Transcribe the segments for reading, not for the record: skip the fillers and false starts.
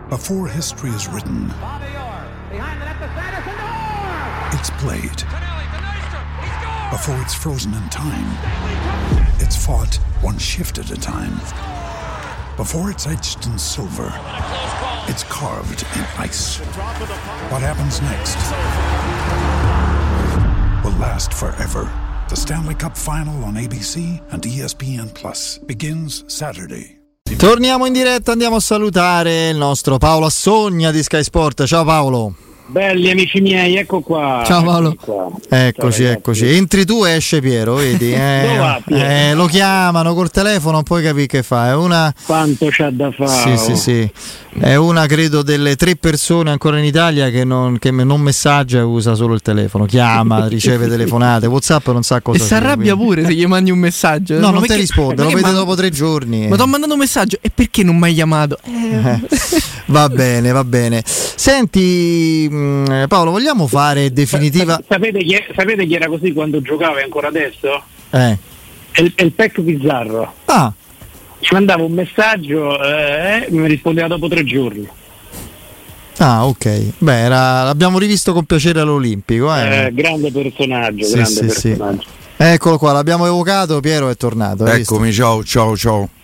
Before history is written, it's played. Before it's frozen in time, it's fought one shift at a time. Before it's etched in silver, it's carved in ice. What happens next will last forever. The Stanley Cup Final on ABC and ESPN Plus begins Saturday. Torniamo in diretta, andiamo a salutare il nostro Paolo Assogna di Sky Sport. Ciao Paolo. Belli amici miei, ecco qua. Ciao Paolo. Eccoci, Ciao, eccoci. Entri tu e esce Piero, vedi? Dove va, Piero? Lo chiamano col telefono, non puoi capire che fa. È una... Quanto c'ha da fare? Sì. È una, credo, delle 3 persone ancora in Italia che non messaggia e usa solo il telefono. Chiama, riceve telefonate, WhatsApp non sa cosa. E si arrabbia pure se gli mandi un messaggio. No, non ti risponde, lo vede dopo 3 giorni. Ma ti ho mandato un messaggio, e perché non mi hai chiamato? Va bene. Senti Paolo, vogliamo fare definitiva? Sapete chi era così quando giocava e ancora adesso? È il Pecco Pizzarro. Ci mandava un messaggio mi rispondeva dopo 3 giorni. Ok. Beh, l'abbiamo rivisto con piacere all'Olimpico. Grande personaggio, Sì. Eccolo qua, l'abbiamo evocato, Piero è tornato. Eccomi, ciao. Ciao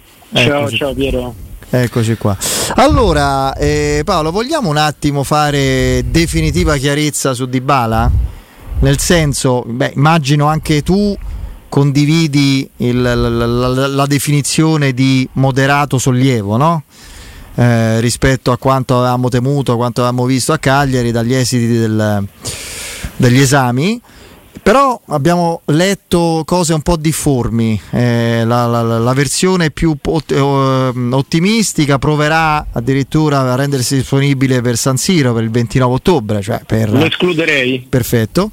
Piero. Eccoci qua. Allora, Paolo, vogliamo un attimo fare definitiva chiarezza su Dybala? Nel senso, immagino anche tu condividi la definizione di moderato sollievo, no? Rispetto a quanto avevamo temuto, quanto avevamo visto a Cagliari dagli esiti degli esami. Però abbiamo letto cose un po' difformi. La versione più ottimistica proverà addirittura a rendersi disponibile per San Siro per il 29 ottobre. Lo escluderei. Perfetto.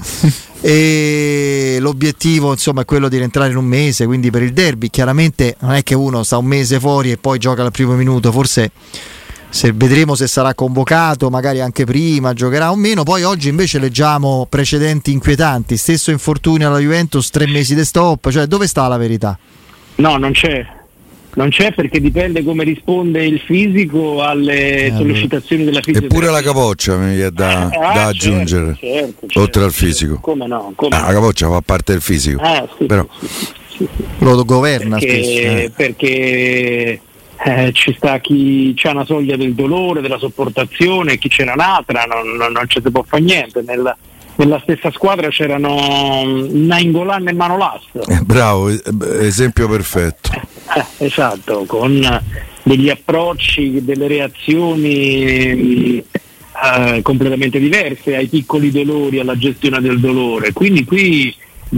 E l'obiettivo insomma è quello di rientrare in un mese, quindi per il derby. Chiaramente non è che uno sta un mese fuori e poi gioca al primo minuto, forse vedremo se sarà convocato, magari anche prima, giocherà o meno. Poi oggi invece leggiamo precedenti inquietanti, stesso infortunio alla Juventus, 3 mesi di stop, dove sta la verità? No, non c'è perché dipende come risponde il fisico alle sollecitazioni della fisioterapia. Eppure la capoccia mi è da aggiungere, certo. Oltre al fisico. Come no? La capoccia fa parte del fisico, però sì. Lo governa spesso. Perché ci sta chi c'ha una soglia del dolore, della sopportazione, chi c'era un'altra, non ci si può fare niente. Nella stessa squadra c'erano Nainggolan e Manolas. Bravo, esempio perfetto. Esatto, con degli approcci, delle reazioni completamente diverse ai piccoli dolori, alla gestione del dolore. Quindi qui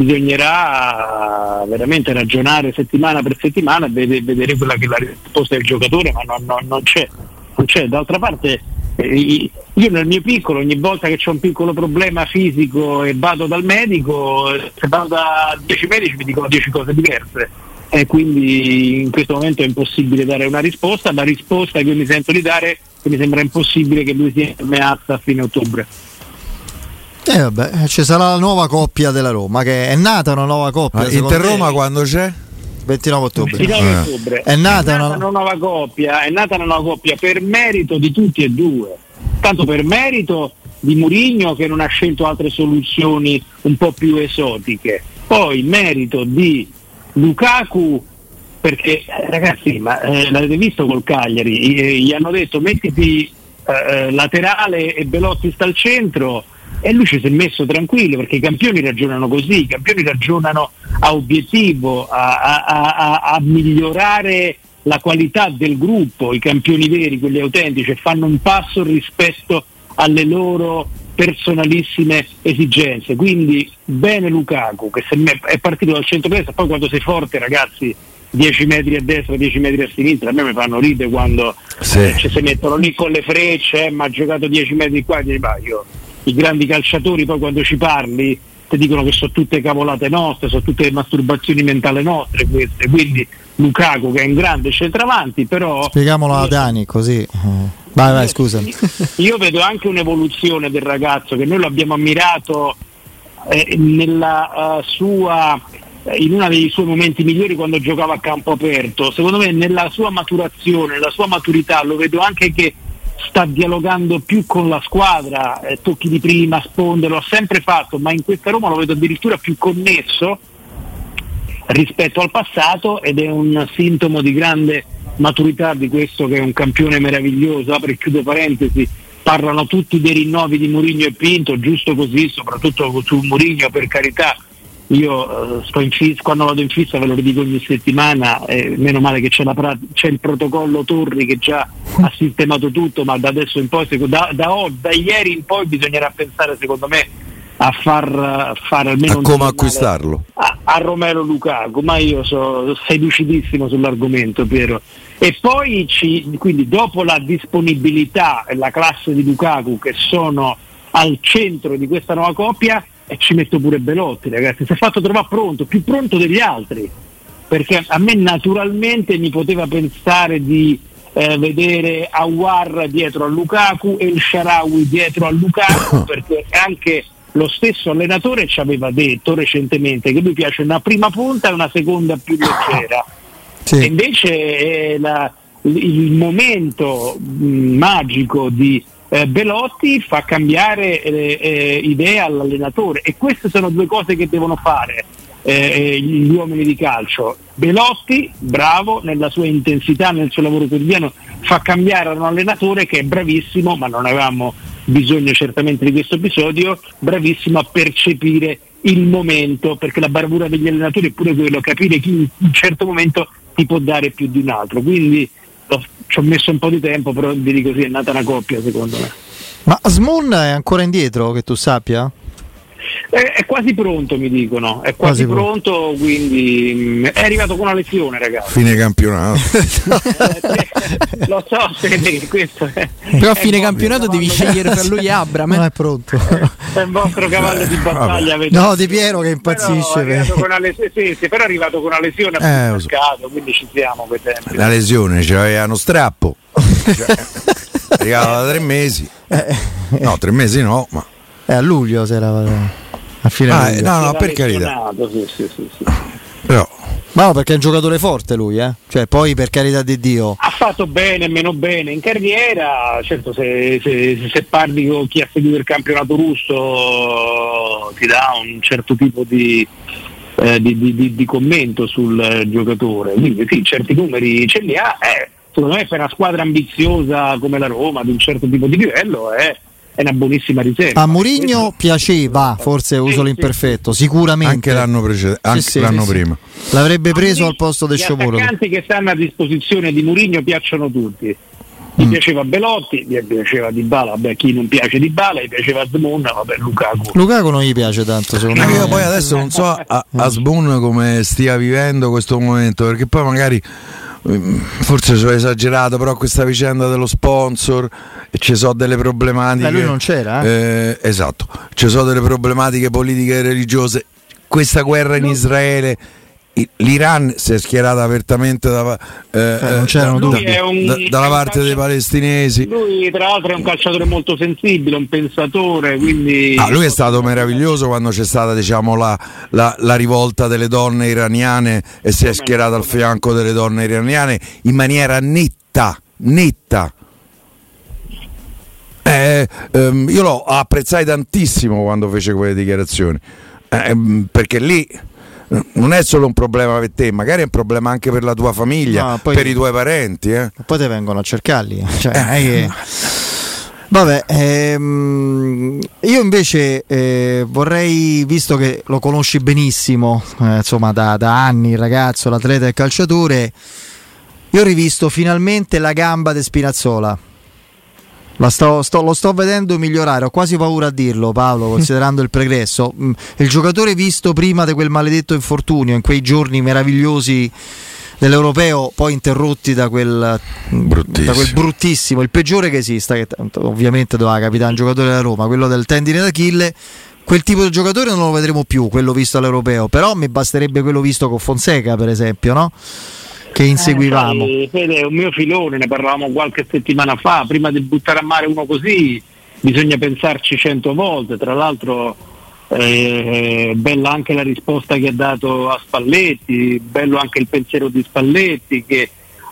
bisognerà veramente ragionare settimana per settimana e vedere quella che è la risposta del giocatore, ma non c'è. D'altra parte io nel mio piccolo, ogni volta che c'è un piccolo problema fisico e vado dal medico, se vado da 10 medici mi dicono 10 cose diverse, e quindi in questo momento è impossibile dare una risposta. La risposta che io mi sento di dare, che mi sembra impossibile che lui sia in meazza a fine ottobre. Ci sarà la nuova coppia della Roma, che è nata una nuova coppia. Inter-Roma quando c'è? 29 ottobre. 29 ottobre. È nata una nuova coppia per merito di tutti e due. Tanto per merito di Mourinho, che non ha scelto altre soluzioni un po' più esotiche. Poi merito di Lukaku, perché ragazzi, l'avete visto col Cagliari, gli hanno detto mettiti laterale e Belotti sta al centro, e lui ci si è messo tranquillo, perché i campioni ragionano così, i campioni ragionano a obiettivo, a migliorare la qualità del gruppo. I campioni veri, quelli autentici, fanno un passo rispetto alle loro personalissime esigenze. Quindi bene Lukaku, che è partito dal centro-destra, poi quando sei forte, ragazzi, 10 metri a destra, 10 metri a sinistra, a me mi fanno ridere quando ci si mettono lì con le frecce, ma ha giocato 10 metri qua, i grandi calciatori poi quando ci parli ti dicono che sono tutte cavolate nostre, sono tutte masturbazioni mentali nostre queste. Quindi Lukaku, che è un grande centravanti, però spieghiamolo a Dani così. Vai, scusami. Io vedo anche un'evoluzione del ragazzo, che noi lo abbiamo ammirato nella sua in uno dei suoi momenti migliori, quando giocava a campo aperto. Secondo me nella sua maturazione, nella sua maturità, lo vedo anche che sta dialogando più con la squadra, tocchi di prima, sponde, l'ho sempre fatto, ma in questa Roma lo vedo addirittura più connesso rispetto al passato, ed è un sintomo di grande maturità di questo che è un campione meraviglioso. Apro e chiudo parentesi, parlano tutti dei rinnovi di Mourinho e Pinto, giusto così, soprattutto su Mourinho, per carità. Io sto in fissa, quando vado in fissa ve lo ridico ogni settimana, meno male che c'è il protocollo Torri che già ha sistemato tutto, ma da adesso in poi, da ieri in poi bisognerà pensare, secondo me, a far almeno a come acquistarlo a Romelu Lukaku, ma io sei lucidissimo sull'argomento, Piero. E poi quindi dopo la disponibilità e la classe di Lukaku che sono al centro di questa nuova coppia, e ci metto pure Belotti, ragazzi, si è fatto trovare pronto, più pronto degli altri, perché a me naturalmente mi poteva pensare di vedere Aouar dietro a Lukaku e il Shaarawy dietro a Lukaku, perché anche lo stesso allenatore ci aveva detto recentemente che lui piace una prima punta e una seconda più leggera. Sì. E invece il momento magico di Belotti fa cambiare idea all'allenatore, e queste sono due cose che devono fare gli uomini di calcio. Belotti, bravo nella sua intensità, nel suo lavoro quotidiano, fa cambiare a un allenatore che è bravissimo, ma non avevamo bisogno certamente di questo episodio, bravissimo a percepire il momento, perché la bravura degli allenatori è pure quello, capire chi in un certo momento ti può dare più di un altro. Quindi ci ho messo un po' di tempo, però vi dico sì, è nata una coppia secondo me. Ma Asmoon è ancora indietro, che tu sappia? È quasi pronto, mi dicono, è quasi pronto, quindi è arrivato con una lezione, ragazzi. Fine campionato. Lo so, questo è, però a fine campionato devi scegliere per lui Abram. Non è pronto. È il vostro cavallo di battaglia. No, Di Piero che impazzisce. Però è arrivato con una lesione a mercato, quindi ci siamo quei tempi. La lesione, c'avevano strappo. Arrivava da 3 mesi. No, 3 mesi no, ma a luglio si era a fine luglio. No, per carità. Sì. Però ma no, perché è un giocatore forte lui, Cioè, poi per carità di Dio. Ha fatto bene e meno bene in carriera, certo se parli con chi ha seguito il campionato russo ti dà un certo tipo di commento sul giocatore. Quindi sì, certi numeri ce li ha, secondo me per una squadra ambiziosa come la Roma, di un certo tipo di livello, è una buonissima riserva. A Mourinho piaceva, forse uso l'imperfetto, sicuramente. Anche l'anno precedente, anche l'anno prima. L'avrebbe preso al posto del Sciopolo. Gli attaccanti che stanno a disposizione di Mourinho piacciono tutti. Gli piaceva Belotti, gli piaceva Dybala, a chi non piace Dybala, gli piaceva Asmoon, Lukaku non gli piace tanto, secondo me. Io poi adesso non so Asmoon come stia vivendo questo momento, perché poi magari forse sono esagerato, però questa vicenda dello sponsor, e ci sono delle problematiche. Lui non c'era? Esatto, ci sono delle problematiche politiche e religiose. Questa guerra in Israele, l'Iran si è schierata apertamente non c'erano dubbi. Dalla parte dei palestinesi. Lui tra l'altro è un calciatore molto sensibile, un pensatore, quindi lui è stato meraviglioso quando c'è stata, diciamo, la rivolta delle donne iraniane, e si è schierato al fianco delle donne iraniane in maniera netta. Io l'ho apprezzato tantissimo quando fece quelle dichiarazioni, perché lì non è solo un problema per te, magari è un problema anche per la tua famiglia, per i tuoi parenti. Poi te vengono a cercarli. Vabbè, io invece vorrei, visto che lo conosci benissimo, insomma da anni, il ragazzo, l'atleta e il calciatore, io ho rivisto finalmente la gamba di Spinazzola. Lo sto vedendo migliorare, ho quasi paura a dirlo, Paolo, considerando il pregresso. Il giocatore visto prima di quel maledetto infortunio, in quei giorni meravigliosi dell'Europeo, poi interrotti da quel bruttissimo, il peggiore che esista, che ovviamente doveva capitare un giocatore della Roma, quello del tendine d'Achille. Quel tipo di giocatore non lo vedremo più, quello visto all'Europeo, però mi basterebbe quello visto con Fonseca, per esempio, no? Che inseguivamo. È un mio filone, ne parlavamo qualche settimana fa. Prima di buttare a mare uno così bisogna pensarci 100 volte. Tra l'altro bella anche la risposta che ha dato a Spalletti, bello anche il pensiero di Spalletti, che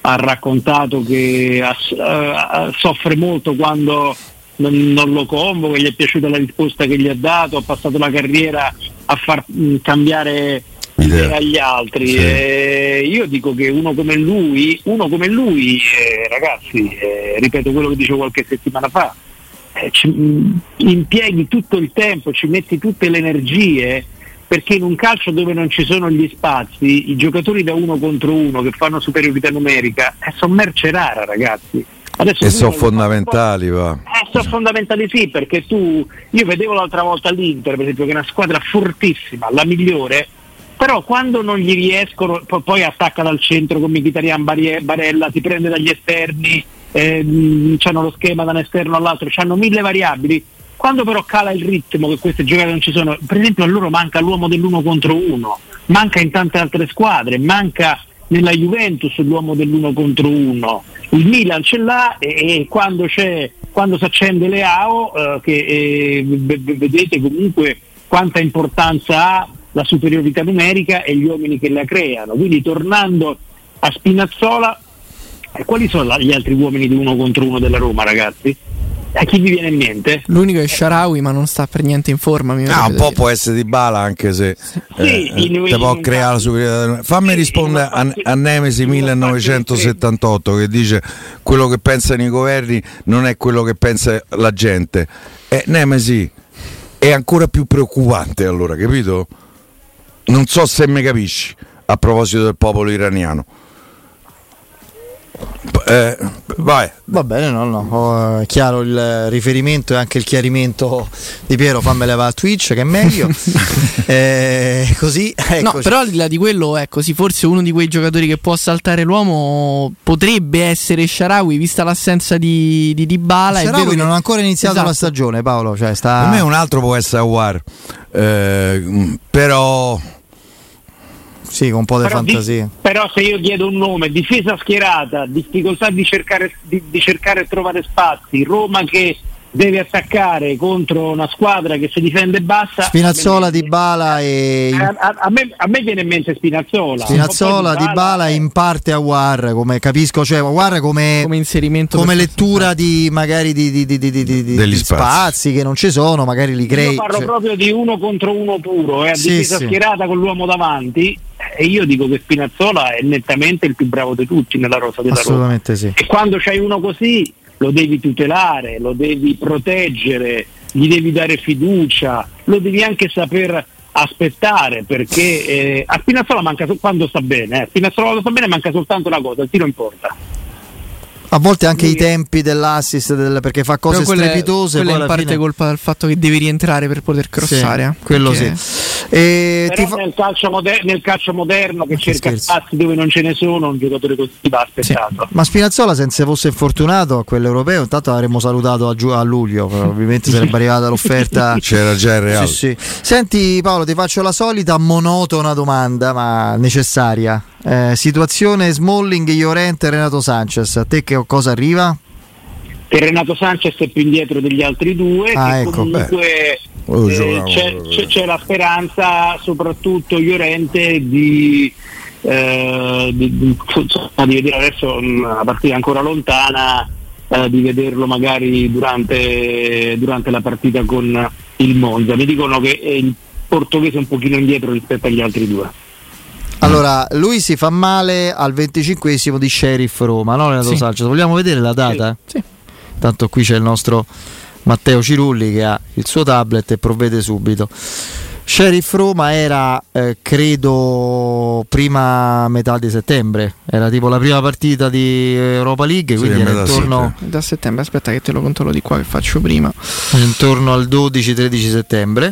ha raccontato che soffre molto quando non lo convoca, gli è piaciuta la risposta che gli ha dato, ha passato la carriera a far cambiare idea agli altri. Sì. Io dico che uno come lui, ragazzi, ripeto quello che dicevo qualche settimana fa, impieghi tutto il tempo, ci metti tutte le energie, perché in un calcio dove non ci sono gli spazi, i giocatori da 1 contro 1 che fanno superiorità numerica sono merce rara, ragazzi. Adesso e sono fondamentali, va. Sono fondamentali, sì, perché io vedevo l'altra volta l'Inter, per esempio, che è una squadra fortissima, la migliore, però quando non gli riescono, poi attacca dal centro con Mkhitaryan, Barella, ti prende dagli esterni, c'hanno lo schema da un esterno all'altro, c'hanno 1000 variabili. Quando però cala il ritmo, che queste giocate non ci sono, per esempio a loro manca l'uomo dell'1 contro 1, manca in tante altre squadre, manca nella Juventus l'uomo dell'1 contro 1, il Milan ce l'ha, e quando si accende Leao, vedete comunque quanta importanza ha la superiorità numerica e gli uomini che la creano. Quindi tornando a Spinazzola, quali sono gli altri uomini di 1 contro 1 della Roma, ragazzi? A chi vi viene in mente? L'unico è Shaarawy, ma non sta per niente in forma. Un po' può essere Dybala, anche se te può creare la superiorità. Fammi rispondere a Nemesi 1978, che dice: quello che pensano i governi non è quello che pensa la gente. Nemesi è ancora più preoccupante, allora, capito? Non so se mi capisci a proposito del popolo iraniano. Vai. Va bene, no, chiaro il riferimento e anche il chiarimento di Piero. Fammela va a Twitch, che è meglio. Così no, però al di là di quello, sì, forse uno di quei giocatori che può saltare l'uomo potrebbe essere Shaarawy, vista l'assenza di Dybala. Shaarawy non ha ancora iniziato la stagione, Paolo, cioè per me un altro può essere Aouar, però sì, con un po' di fantasia. Però se io chiedo un nome, difesa schierata, difficoltà di cercare e trovare spazi, Roma che deve attaccare contro una squadra che si difende bassa, Spinazzola, Dybala e a me viene in mente Spinazzola, Dybala e in parte Aouar, come capisco, cioè Aouar come inserimento, come lettura di magari degli spazi che non ci sono, magari li crei. Io parlo proprio di 1 contro 1 puro, a difesa schierata con l'uomo davanti, e io dico che Spinazzola è nettamente il più bravo di tutti nella rosa della Roma. Assolutamente sì. E quando c'hai uno così lo devi tutelare, lo devi proteggere, gli devi dare fiducia, lo devi anche saper aspettare, perché a Spinazzola manca quando sta bene, Spinazzola quando sta bene manca soltanto una cosa, il tiro in porta. A volte anche i tempi dell'assist, perché fa cose strepitose. Quella in parte colpa del fatto che devi rientrare per poter crossare. Sì, quello sì. Però nel calcio moderno che cerca spazi dove non ce ne sono, un giocatore così va aspettato. Sì. Ma Spinazzola, se non fosse infortunato a quell'europeo, intanto l'avremmo salutato a luglio, probabilmente sarebbe arrivata l'offerta. C'era già il Real. Sì. Senti Paolo, ti faccio la solita monotona domanda, ma necessaria. Situazione Smalling, Llorente, Renato Sanchez, a te che cosa arriva? Che Renato Sanchez è più indietro degli altri due, comunque c'è la speranza, soprattutto Llorente, di vedere adesso una partita ancora lontana, di vederlo magari durante la partita con il Monza. Mi dicono che il portoghese è un pochino indietro rispetto agli altri due. Allora, lui si fa male al 25esimo di Sheriff Roma, no Renato Sanchez? Vogliamo vedere la data? Sì. Tanto qui c'è il nostro Matteo Cirulli che ha il suo tablet e provvede subito. Sheriff Roma era credo prima metà di settembre, era tipo la prima partita di Europa League, quindi era intorno da settembre. Aspetta che te lo controllo di qua, che faccio prima. Intorno al 12-13 settembre.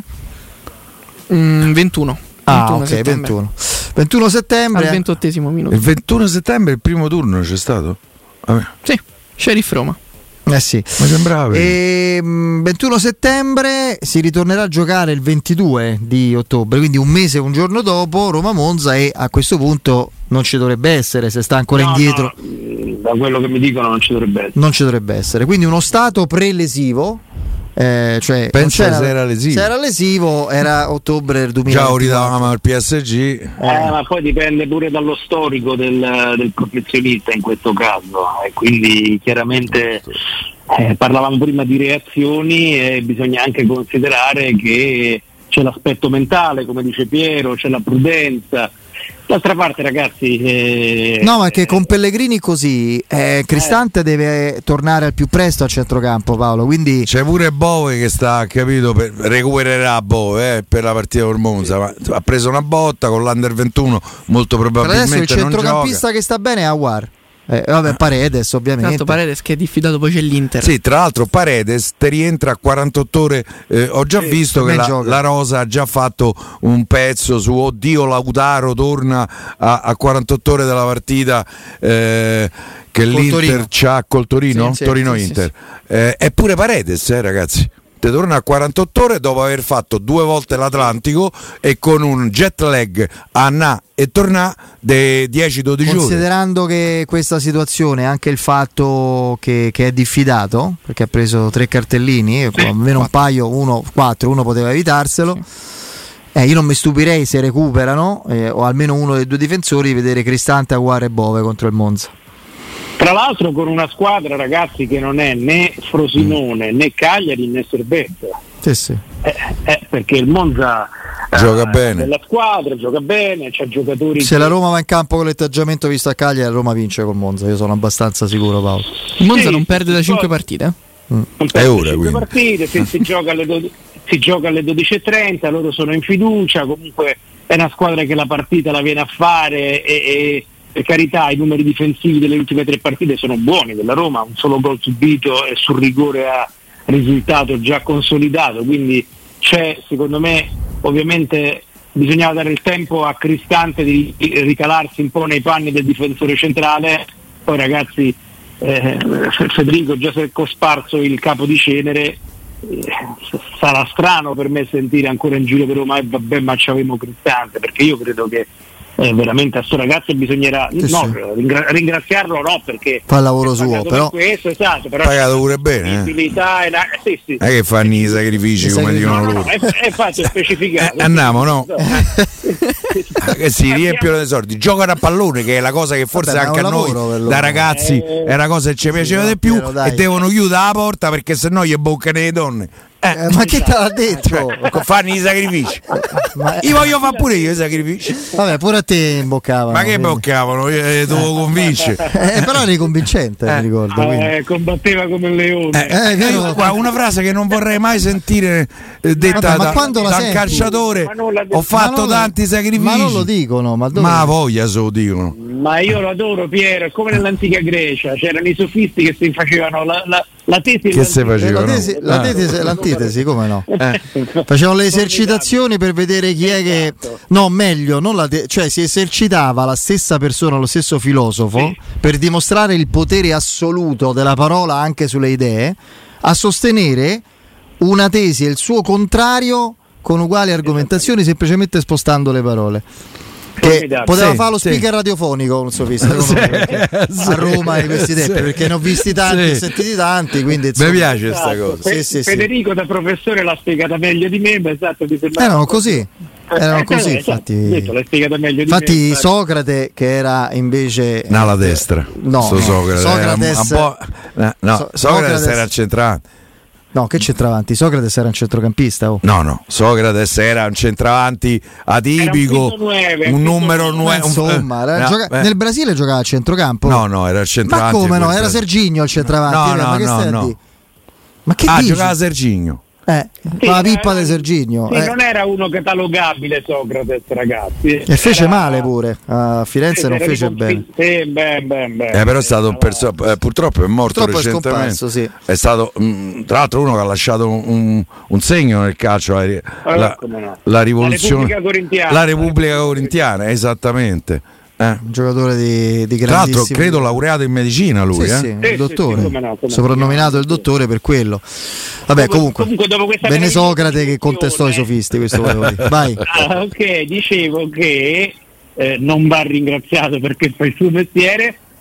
21. Ok, 21 settembre al 28esimo minuto. Il 21 settembre il primo turno c'è stato? Sì, Sheriff Roma. Sì. Mi sembrava. E 21 settembre si ritornerà a giocare il 22 di ottobre, quindi un mese, un giorno dopo Roma-Monza, e a questo punto non ci dovrebbe essere, se sta ancora indietro. No, da quello che mi dicono non ci dovrebbe essere. Non ci dovrebbe essere, quindi uno stato prelesivo Cioè, pensa se era lesivo. Se era lesivo era ottobre del 2000. Già lo ridavamo al PSG. Ma poi dipende pure dallo storico del professionista in questo caso, e quindi chiaramente parlavamo prima di reazioni e bisogna anche considerare che c'è l'aspetto mentale, come dice Piero, c'è la prudenza. D'altra parte, ragazzi, no, ma che con Pellegrini così Cristante deve tornare al più presto a centrocampo, Paolo, quindi c'è pure Bove che sta, capito, recupererà Bove per la partita col Monza, ma ha preso una botta con l'Under 21, molto probabilmente adesso il non centrocampista gioca. che sta bene è Aouar. Vabbè, Paredes ovviamente. Tanto Paredes che è diffidato, poi c'è l'Inter. Sì, tra l'altro Paredes ti rientra a 48 ore. Ho già visto che la Rosa ha già fatto un pezzo su oddio Lautaro torna a 48 ore dalla partita che col l'Inter Torino. c'ha col Torino, Sì, Torino-Inter. sì. Eppure Paredes, ragazzi, te torna a 48 ore dopo aver fatto 2 volte l'Atlantico e con un jet lag a e torna di 10-12 ore. Considerando che questa situazione, anche il fatto che è diffidato, perché ha preso 3 cartellini, almeno un paio, uno poteva evitarselo. Io non mi stupirei se recuperano, o almeno uno dei 2 difensori, di vedere Cristante, Aouar e Bove contro il Monza. Tra l'altro con una squadra, ragazzi, che non è né Frosinone né Cagliari né Servette. Sì. Perché il Monza gioca bene, la squadra gioca bene, c'ha giocatori. Se la Roma va in campo con l'atteggiamento visto a Cagliari, la Roma vince col Monza, io sono abbastanza sicuro, Paolo. Il Monza non perde da 5 partite. Non perde da 5 partite, si gioca alle 12:30, loro sono in fiducia, comunque è una squadra che la partita la viene a fare e per carità i numeri difensivi delle ultime 3 partite sono buoni della Roma, un solo gol subito e sul rigore ha risultato già consolidato, quindi c'è, secondo me, ovviamente bisognava dare il tempo a Cristante di ricalarsi un po' nei panni del difensore centrale. Poi, ragazzi, Federico già si è cosparso il capo di cenere, sarà strano per me sentire ancora in giro per Roma vabbè, ma c'avevamo Cristante, perché io credo che veramente a sto ragazzo bisognerà ringraziarlo, no, perché fa il lavoro suo, però questo, esatto, però pagato pure bene, sì. È che fanno i sacrifici come dicono loro. È fatto specificato. Andiamo, no? Che si riempiono dei soldi, giocano a pallone, che è la cosa che forse anche a noi da ragazzi è la cosa che ci piaceva di più, e devono chiudere la porta perché sennò gli boccano le donne. Ma che te l'ha detto? Fanno i sacrifici. Io voglio fare pure io i sacrifici. Vabbè, pure a te imboccavano. Ma che imboccavano? Io dovevo convincere. Però eri convincente, mi ricordo. Combatteva come un leone. Una frase che non vorrei mai sentire detta dal calciatore. Ho fatto tanti sacrifici. Ma non lo dicono. Ma voglia se lo dicono. Ma io lo adoro, Piero. È come nell'antica Grecia. C'erano i sofisti che si facevano la tesi. Che si facevano? L'antitesi, come no? Facevano le esercitazioni per vedere chi è che. No, meglio, cioè si esercitava la stessa persona, lo stesso filosofo, per dimostrare il potere assoluto della parola anche sulle idee, a sostenere una tesi e il suo contrario con uguali argomentazioni, semplicemente spostando le parole. Che poteva fare lo speaker radiofonico, un sofista a Roma di questi tempi, perché ne ho visti tanti e sentiti tanti, quindi mi piace questa cosa. Federico da professore l'ha spiegata meglio di me, ma esatto, erano così, infatti, l'hai spiegata meglio infatti di me, Socrate, che era invece alla destra, Socrate era centrante. No, che centravanti? Socrate era un centrocampista. No, Socrate era un centravanti atipico, un numero 9. Insomma, nel Brasile giocava a centrocampo. No, era il centravanti. Ma come no? Era Serginho il centravanti. No. Ma che dici? Giocava Serginho. La pippa di Serginho. Non era uno catalogabile Socrate, ragazzi. E fece male pure. A Firenze non fece bene. Però è stato purtroppo è morto recentemente. È stato tra l'altro uno che ha lasciato un segno nel calcio, la rivoluzione, la Repubblica Corintiana, esattamente. Un giocatore di grandissimo. Tra l'altro credo laureato in medicina lui, il dottore, soprannominato il dottore per quello. Vabbè, comunque venne Socrate che contestò i sofisti, questo volevo dire. Vai. Ok, dicevo che non va ringraziato perché fa il suo mestiere,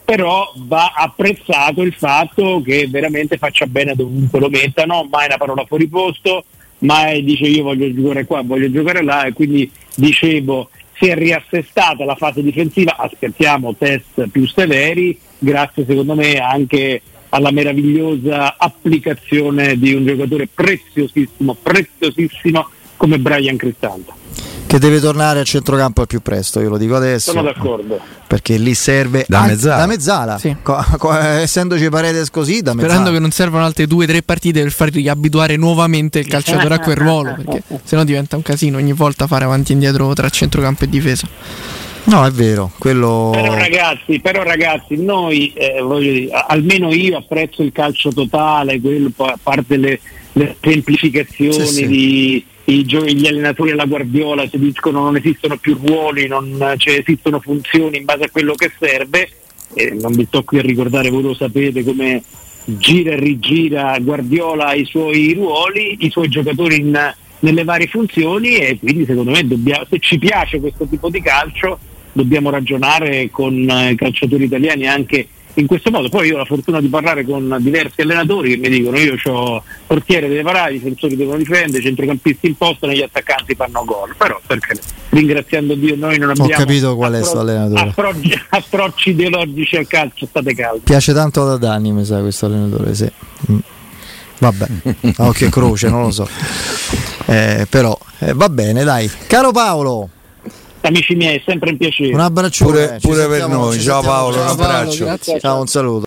però va apprezzato il fatto che veramente faccia bene dovunque lo mettano, mai una parola fuori posto, mai dice io voglio giocare qua, voglio giocare là, e quindi dicevo si è riassestata la fase difensiva, aspettiamo test più severi, grazie secondo me anche alla meravigliosa applicazione di un giocatore preziosissimo come Brian Cristante, che deve tornare a centrocampo al più presto, io lo dico adesso. Sono d'accordo. Perché lì serve da mezzala. Sì. Essendoci Paredes così, da mezzala. Sperando che non servano altre 2 o 3 partite per far riabituare nuovamente il calciatore a quel ruolo, perché sennò diventa un casino ogni volta fare avanti e indietro tra centrocampo e difesa. No, è vero, quello. Però ragazzi, noi voglio dire, almeno io apprezzo il calcio totale, quello, a parte le semplificazioni sì. Gli allenatori alla Guardiola si dicono non esistono più ruoli, esistono funzioni in base a quello che serve, non vi sto qui a ricordare, voi lo sapete come gira e rigira Guardiola i suoi ruoli, i suoi giocatori nelle varie funzioni, e quindi secondo me se ci piace questo tipo di calcio dobbiamo ragionare con i calciatori italiani anche in questo modo. Poi io ho la fortuna di parlare con diversi allenatori che mi dicono io c'ho portiere deve parare, i difensori devono difendere, i centrocampisti impostano e gli attaccanti fanno gol, però perché ringraziando Dio noi non abbiamo capito qual è questo allenatore, approcci ideologici al calcio, state calmi. Piace tanto da Dani, mi sa, questo allenatore, sì. Vabbè, a occhio e croce, non lo so, però va bene, dai, caro Paolo. Amici miei, è sempre un piacere. Un abbraccio pure per noi. Ciao Paolo, un abbraccio. Grazie. Ciao, un saluto.